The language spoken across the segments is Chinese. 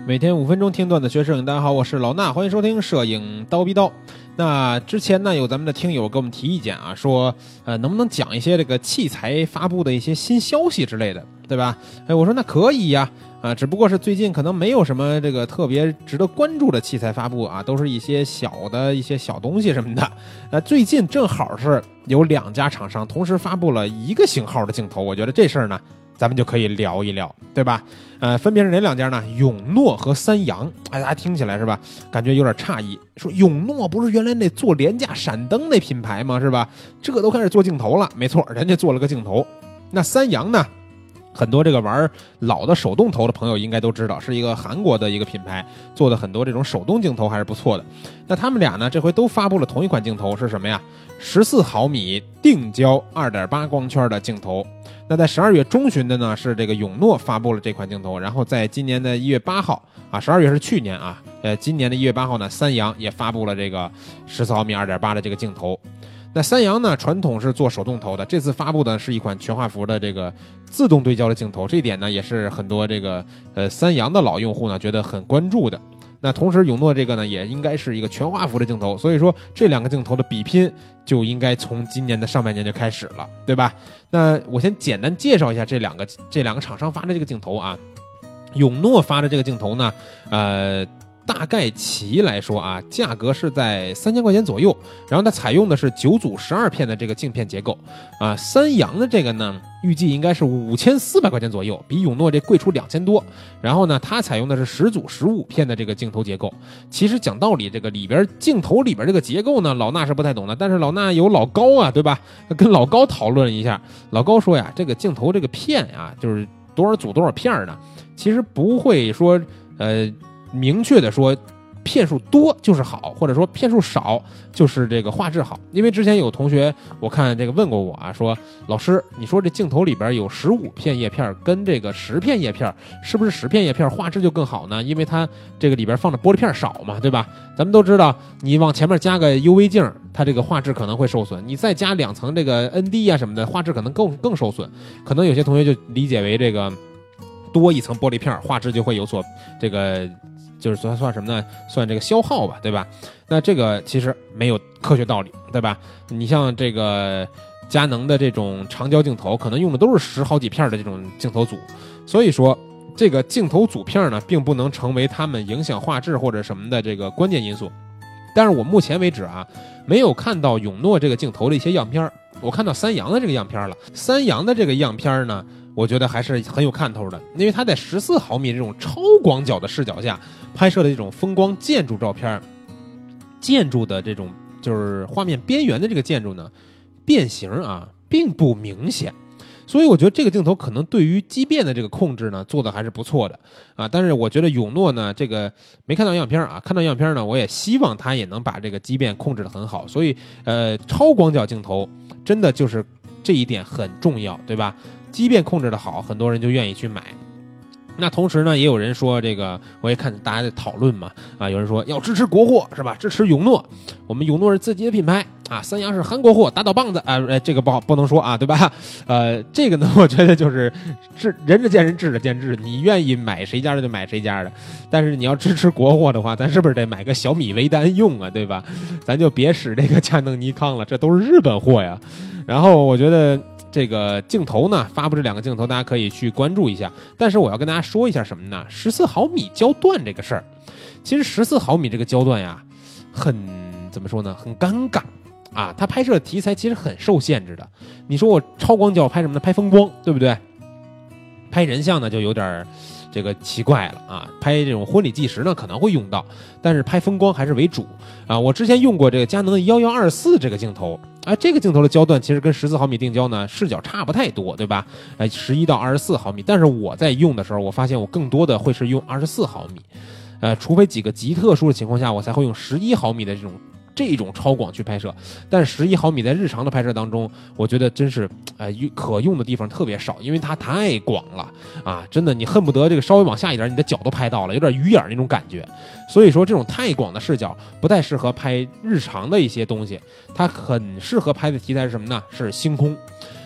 每天5分钟听段子学摄影，大家好，我是老衲，欢迎收听摄影刀逼刀。那之前呢，有咱们的听友给我们提意见啊，说能不能讲一些这个器材发布的一些新消息之类的，对吧？我说那可以呀，只不过是最近可能没有什么这个特别值得关注的器材发布啊，都是一些小东西什么的。最近正好是有2家厂商同时发布了一个型号的镜头，我觉得这事儿呢，咱们就可以聊一聊，对吧？分别是哪2家呢？永诺和三洋。大家听起来是吧，感觉有点诧异，说永诺不是原来那做廉价闪灯那品牌吗？是吧？这个都开始做镜头了，没错，人家做了个镜头。那三洋呢？很多这个玩老的手动头的朋友应该都知道，是一个韩国的一个品牌，做的很多这种手动镜头还是不错的。那他们俩呢，这回都发布了同一款镜头，是什么呀？14毫米定焦 2.8 光圈的镜头。那在12月中旬的呢，是这个永诺发布了这款镜头，然后在今年的1月8号啊，12月是去年啊，今年的1月8号呢，三洋也发布了这个14毫米 2.8 的这个镜头。那三洋呢，传统是做手动头的，这次发布的是一款全画幅的这个自动对焦的镜头，这一点呢也是很多这个三洋的老用户呢觉得很关注的。那同时永诺这个呢也应该是一个全画幅的镜头，所以说这2个镜头的比拼就应该从今年的上半年就开始了，对吧？那我先简单介绍一下这两个厂商发的这个镜头啊。永诺发的这个镜头呢，大概其来说啊，价格是在3000块钱左右，然后它采用的是9组12片的这个镜片结构啊。三洋的这个呢，预计应该是5400块钱左右，比永诺这贵出2000多。然后呢，它采用的是10组15片的这个镜头结构。其实讲道理，这个里边镜头里边这个结构呢，老衲是不太懂的，但是老衲有老高啊，对吧？跟老高讨论一下，老高说呀，这个镜头这个片啊，就是多少组多少片呢？其实不会说明确的说片数多就是好，或者说片数少就是这个画质好。因为之前有同学我看这个问过我啊，说老师你说这镜头里边有15片叶片跟这个10片叶片，是不是10片叶片画质就更好呢？因为它这个里边放的玻璃片少嘛，对吧？咱们都知道你往前面加个 UV 镜，它这个画质可能会受损，你再加2层这个 ND 啊什么的，画质可能更受损。可能有些同学就理解为这个多一层玻璃片画质就会有所这个就是算什么呢？算这个消耗吧，对吧？那这个其实没有科学道理，对吧？你像这个佳能的这种长焦镜头，可能用的都是10好几片的这种镜头组，所以说这个镜头组片呢，并不能成为他们影响画质或者什么的这个关键因素。但是我目前为止啊，没有看到永诺这个镜头的一些样片，我看到三洋的这个样片了。三洋的这个样片呢，我觉得还是很有看头的，因为它在14毫米这种超广角的视角下拍摄的这种风光建筑照片，建筑的这种就是画面边缘的这个建筑呢，变形啊并不明显，所以我觉得这个镜头可能对于畸变的这个控制呢做的还是不错的啊。但是我觉得永诺呢这个没看到样片啊，看到样片呢，我也希望它也能把这个畸变控制得很好。所以超广角镜头真的就是这一点很重要，对吧？畸变控制的好，很多人就愿意去买。那同时呢，也有人说这个，我也看大家在讨论嘛，啊，有人说要支持国货是吧？支持永诺，我们永诺是自己的品牌啊，三洋是韩国货，打倒棒子啊，这个不能说啊，对吧？这个呢，我觉得就是仁者见仁，智者见智，你愿意买谁家的就买谁家的，但是你要支持国货的话，咱是不是得买个小米微单用啊，对吧？咱就别使这个佳能尼康了，这都是日本货呀。然后我觉得这个镜头呢，发布这2个镜头，大家可以去关注一下。但是我要跟大家说一下什么呢？14毫米焦段这个事儿，其实14毫米这个焦段呀，怎么说呢？很尴尬啊！它拍摄题材其实很受限制的。你说我超广角拍什么呢？拍风光，对不对？拍人像呢，就有点这个奇怪了啊！拍这种婚礼纪实呢可能会用到，但是拍风光还是为主啊！我之前用过这个佳能的1124这个镜头啊，这个镜头的焦段其实跟14毫米定焦呢视角差不太多，对吧？11到24毫米，但是我在用的时候，我发现我更多的会是用24毫米，除非几个极特殊的情况下，我才会用11毫米的这种超广去拍摄，但是11毫米在日常的拍摄当中，我觉得真是可用的地方特别少，因为它太广了啊！真的，你恨不得这个稍微往下一点，你的脚都拍到了，有点鱼眼那种感觉。所以说，这种太广的视角不太适合拍日常的一些东西，它很适合拍的题材是什么呢？是星空。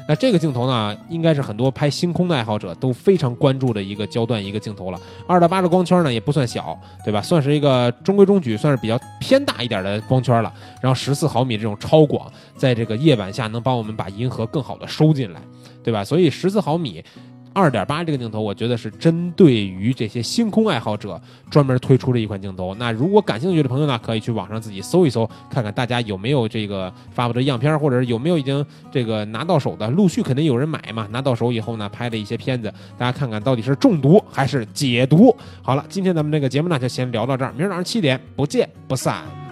那这个镜头呢，应该是很多拍星空的爱好者都非常关注的一个焦段一个镜头了。2.8的光圈呢也不算小，对吧？算是一个中规中矩，算是比较偏大一点的光圈了。然后14毫米这种超广，在这个夜晚下能帮我们把银河更好的收进来，对吧？所以14毫米。2.8这个镜头，我觉得是针对于这些星空爱好者专门推出的一款镜头。那如果感兴趣的朋友呢，可以去网上自己搜一搜，看看大家有没有这个发布的样片，或者有没有已经这个拿到手的，陆续肯定有人买嘛。拿到手以后呢，拍的一些片子，大家看看到底是中毒还是解毒。好了，今天咱们这个节目呢就先聊到这儿，明儿早上7点不见不散。